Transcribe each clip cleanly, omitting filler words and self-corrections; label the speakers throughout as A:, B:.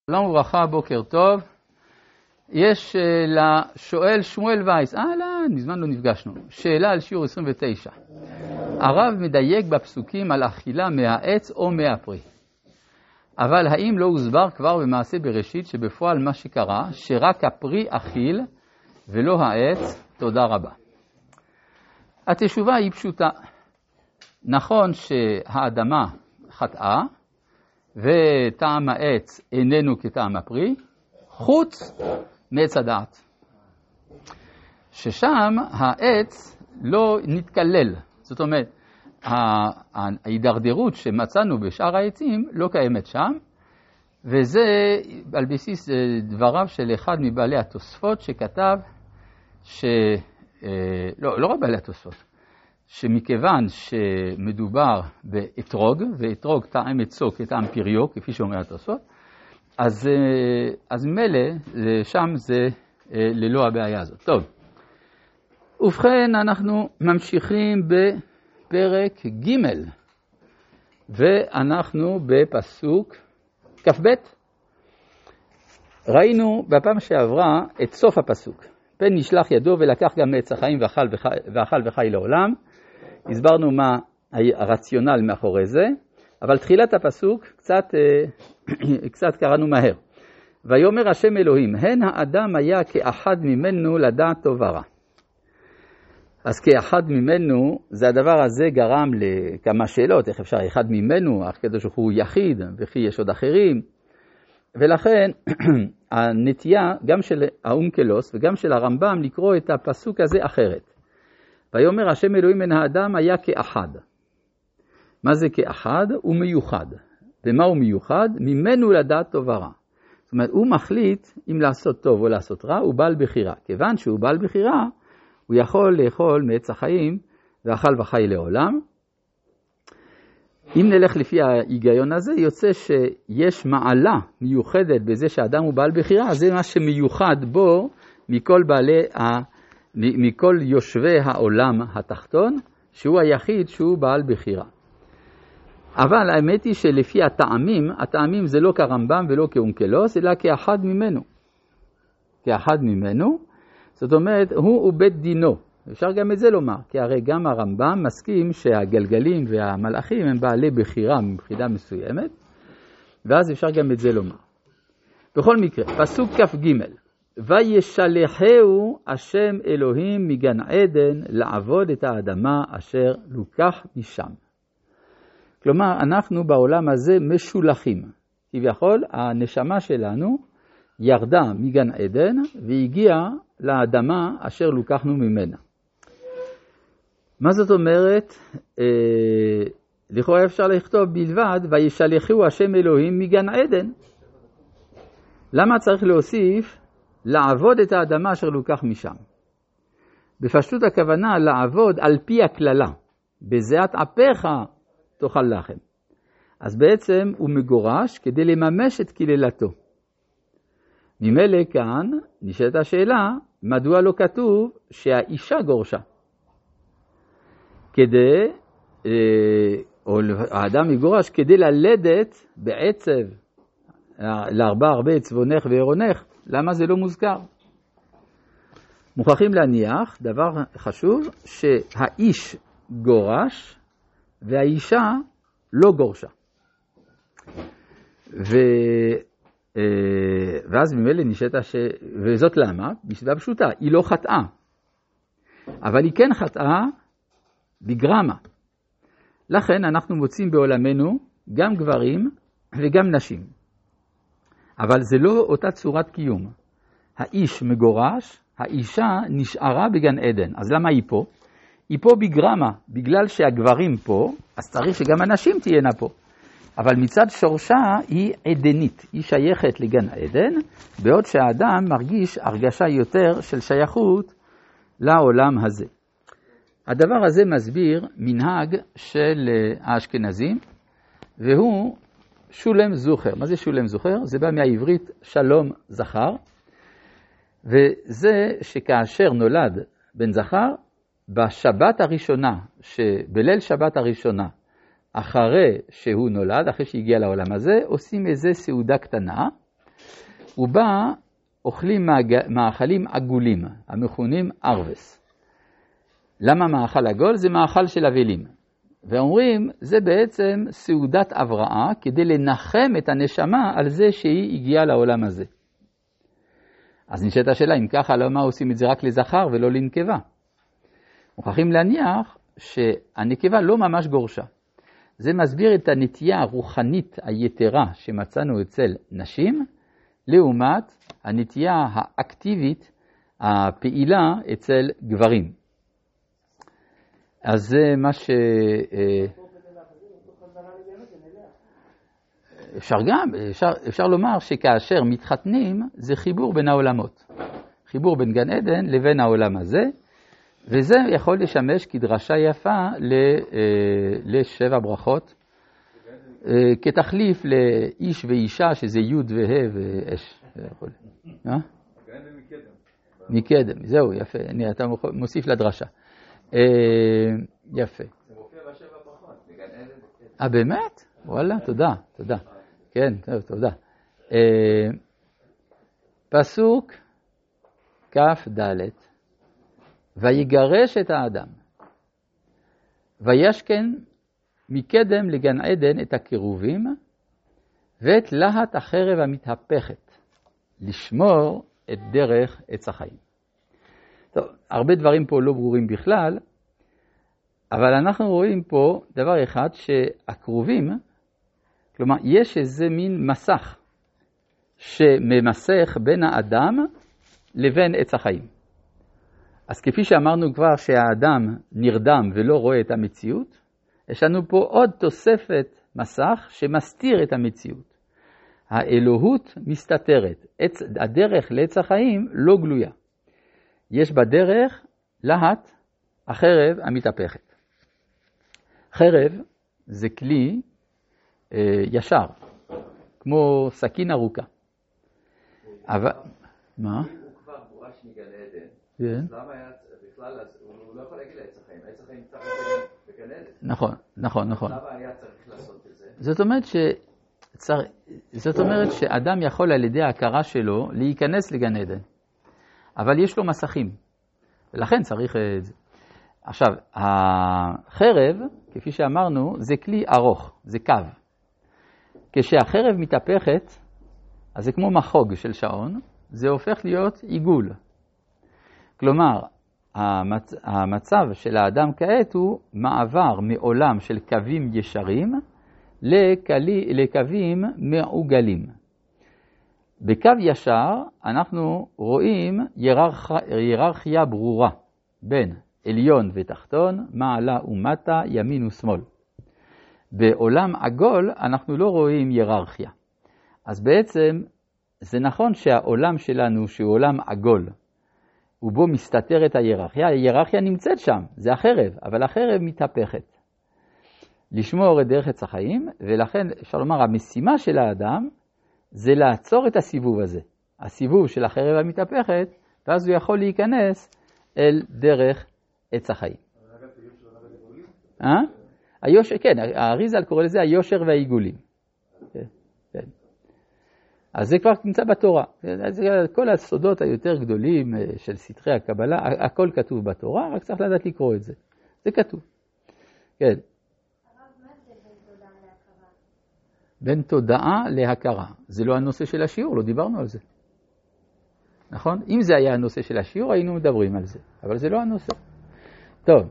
A: שלום וברכה, בוקר טוב. יש לשואל שמואל וייס, מזמן לא נפגשנו, שאלה על שיעור 29. הרב מדייק בפסוקים על אכילה מהעץ או מהפרי. אבל האם לא הוסבר כבר במעשה בראשית שבפועל מה שקרה, שרק הפרי אכיל ולא העץ? תודה רבה. התשובה היא פשוטה. נכון שהאדמה חטאה, וטעם העץ איננו כטעם הפרי, חוץ מעץ הדעת. ששם העץ לא נתקלל. זאת אומרת, ההידרדרות שמצאנו בשאר העצים לא קיימת שם, וזה על בסיס דבריו של אחד מבעלי התוספות שכתב, לא רק בעלי התוספות, שמכיוון שמדובר באתרוג, ואתרוג טעם עצו כטעם פריו, כפי שאומר התוספות, אז מלא, שם זה ללא הבעיה הזאת. טוב, ובכן אנחנו ממשיכים בפרק ג' ואנחנו בפסוק כ"ב. ראינו בפעם שעברה את סוף הפסוק. פן נשלח ידו ולקח גם מעץ החיים ואכל וחי לעולם. הסברנו מה הרציונל מאחורי זה, אבל תחילת הפסוק קצת קראנו מהר. ויאמר השם אלוהים, הן האדם היה כאחד ממנו לדעת טוב ורע. אז כאחד ממנו, זה הדבר הזה גרם לכמה שאלות, איך אפשר אחד ממנו, אך כדי שהוא יחיד, וכי יש עוד אחרים. ולכן הנטייה גם של האונקלוס וגם של הרמב"ם לקרוא את הפסוק הזה אחרת. ויאמר השם אלוהים מן האדם היה כאחד. מה זה כאחד? הוא מיוחד. ומה הוא מיוחד? ממנו לדעת טוב ורע. זאת אומרת, הוא מחליט אם לעשות טוב או לעשות רע, הוא בעל בחירה. כיוון שהוא בעל בחירה, הוא יכול לאכול מעץ החיים ואכל וחי לעולם. אם נלך לפי ההיגיון הזה, יוצא שיש מעלה מיוחדת בזה שאדם הוא בעל בחירה, זה מה שמיוחד בו מכל יושבי העולם התחתון, שהוא היחיד שהוא בעל בחירה. אבל האמת היא שלפי הטעמים זה לא כרמב"ם ולא כאונקלוס, אלא כאחד ממנו. כאחד ממנו, זאת אומרת, הוא בית דינו. אפשר גם את זה לומר, כי הרי גם הרמב"ם מסכים שהגלגלים והמלאכים הם בעלי בחירה מבחינה מסוימת, ואז אפשר גם את זה לומר. בכל מקרה, פסוק כ"ג, וישלחהו השם אלוהים מגן עדן לעבוד את האדמה אשר לוקח משם. כלומר, אנחנו בעולם הזה משולחים. כביכול, הנשמה שלנו ירדה מגן עדן והגיעה לאדמה אשר לוקחנו ממנה. מה זאת אומרת? לכאורה אפשר לכתוב בלבד, וישלחהו השם אלוהים מגן עדן. למה צריך להוסיף לעבוד את האדמה אשר לוקח משם? בפשטות הכוונה לעבוד על פי הכללה. בזיעת אפיך תאכל לחם. אז בעצם הוא מגורש כדי לממש את קללתו. ממילא כאן נשאלת השאלה, מדוע לא כתוב שהאישה גורשה? או האדם יגורש כדי ללדת בעצב, להרבה הרבה צבונך ועירונך, למה זה לא מוזכר? מוכרחים להניח, דבר חשוב, שהאיש גורש והאישה לא גורשה. ואז ממילא נשאלת וזאת למה? מסיבה פשוטה, היא לא חטאה. אבל היא כן חטאה בגרמה. לכן אנחנו מוצאים בעולמנו גם גברים וגם נשים. אבל זה לא אותה צורת קיום. האיש מגורש, האישה נשארה בגן עדן. אז למה היא פה? היא פה בגרמה, בגלל שהגברים פה, אז צריך שגם הנשים תהיינה פה. אבל מצד שורשה היא עדנית, היא שייכת לגן עדן, בעוד שהאדם מרגיש הרגשה יותר של שייכות לעולם הזה. הדבר הזה מסביר מנהג של האשכנזים, והוא שולם זוכר. מה זה שולם זוכר? זה בא מהעברית שלום זכר, וזה שכאשר נולד בן זכר, בשבת הראשונה, בליל שבת הראשונה, אחרי שהוא נולד, אחרי שהגיע לעולם הזה, עושים איזה סעודה קטנה, ובה אוכלים מאכלים עגולים, המכונים ארבס. למה מאכל עגול? זה מאכל של אבלים. ואומרים, זה בעצם סעודת הבראה, כדי לנחם את הנשמה על זה שהיא הגיעה לעולם הזה. אז נשאלת השאלה, אם ככה, למה עושים את זה רק לזכר ולא לנקבה? מוכרחים להניח שהנקבה לא ממש גורשה. זה מסביר את הנטייה הרוחנית היתרה שמצאנו אצל נשים, לעומת הנטייה האקטיבית, הפעילה אצל גברים. אז זה מה ש... אפשר לומר שכאשר מתחתנים זה חיבור בין העולמות. חיבור בין גן עדן לבין העולם הזה, וזה יכול לשמש כדרשה יפה לשבע ברכות, כתחליף לאיש ואישה שזה י' וה' ואש. מקדם, זהו, יפה, אתה מוסיף לדרשה. יפה.
B: זה מופיע בשבע ברכות, בגן עדן.
A: באמת? וואלה, תודה. כן, תודה. פסוק כ"ד, ויגרש את האדם, וישכן מקדם לגן עדן את הקירובים, ואת להט החרב המתהפכת, לשמור את דרך עץ החיים. טוב, הרבה דברים פה לא ברורים בכלל, אבל אנחנו רואים פה דבר אחד, שהקרובים, כלומר, יש איזה מין מסך שממסך בין האדם לבין עץ החיים. אז כפי שאמרנו כבר שהאדם נרדם ולא רואה את המציאות, יש לנו פה עוד תוספת מסך שמסתיר את המציאות. האלוהות מסתתרת, הדרך לעץ החיים לא גלויה. יש בדרך להט החרב המתהפכת. חרב זה כלי ישר, כמו סכין ארוכה. אבל, מה?
B: הוא כבר גורש מגן עדן, אז למה היה בכלל, הוא לא יכול להגיד לעץ החיים, העץ החיים צריך בגן עדן.
A: נכון.
B: למה היה צריך לעשות את זה?
A: זאת אומרת שאדם יכול על ידי ההכרה שלו להיכנס לגן עדן, אבל יש לו מסכים, ולכן צריך את זה. עכשיו, החרב, כפי שאמרנו, זה כלי ארוך, זה קו. כשהחרב מתהפכת, אז זה כמו מחוג של שעון, זה הופך להיות עיגול. כלומר, המצב של האדם כעת הוא מעבר מעולם של קווים ישרים לקווים מעוגלים. בקו ישר אנחנו רואים היררכיה ברורה בין עליון ותחתון, מעלה ומטה, ימין ושמאל. בעולם עגול אנחנו לא רואים היררכיה. אז בעצם זה נכון שהעולם שלנו שהוא עולם עגול, ובו מסתתרת ההיררכיה, ההיררכיה נמצאת שם, זה החרב, אבל החרב מתהפכת. לשמור את דרך עץ החיים, ולכן אפשר לומר המשימה של האדם זה לעצור את הסיבוב הזה, הסיבוב של החרב המתהפכת, ואז הוא יכול להיכנס אל דרך עץ החיים. כן, האריז"ל קורא לזה היושר והעיגולים. כן. אז זה כבר נמצא בתורה. כל הסודות היותר גדולים של סתרי הקבלה, הכל כתוב בתורה, רק צריך לדעת לקרוא את זה. זה כתוב. כן. בין תודעה להכרה. זה לא הנושא של השיעור, לא דיברנו על זה. נכון? אם זה היה הנושא של השיעור, היינו מדברים על זה. אבל זה לא הנושא. טוב.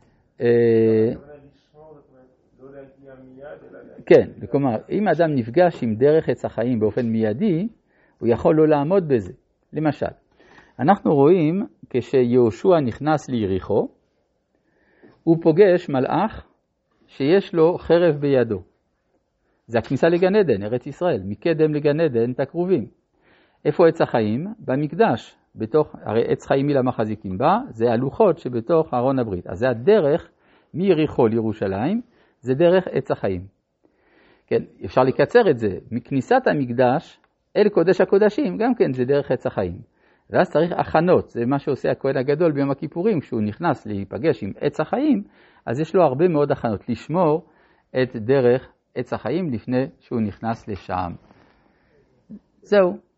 A: כן, כלומר, אם אדם נפגש עם דרך עץ החיים באופן מיידי, הוא יכול לא לעמוד בזה. למשל, אנחנו רואים כשיהושע נכנס ליריחו, הוא פוגש מלאך שיש לו חרב בידו. זה הכניסה לגן עדן, ארץ ישראל, מקדם לגן עדן את הקרובים. איפה עץ החיים? במקדש, הרי עץ חיים מילה מחזיקים בה, זה הלוחות שבתוך ארון הברית. אז זה הדרך מיריחו לירושלים, זה דרך עץ החיים. כן, אפשר לקצר את זה, מכניסת המקדש אל קודש הקודשים, גם כן זה דרך עץ החיים. ואז צריך הכנות, זה מה שעושה הכהן הגדול ביום הכיפורים, כשהוא נכנס להיפגש עם עץ החיים, אז יש לו הרבה מאוד הכנות לשמור את דרך עץ החיים לפני שהוא נכנס לשם. זהו.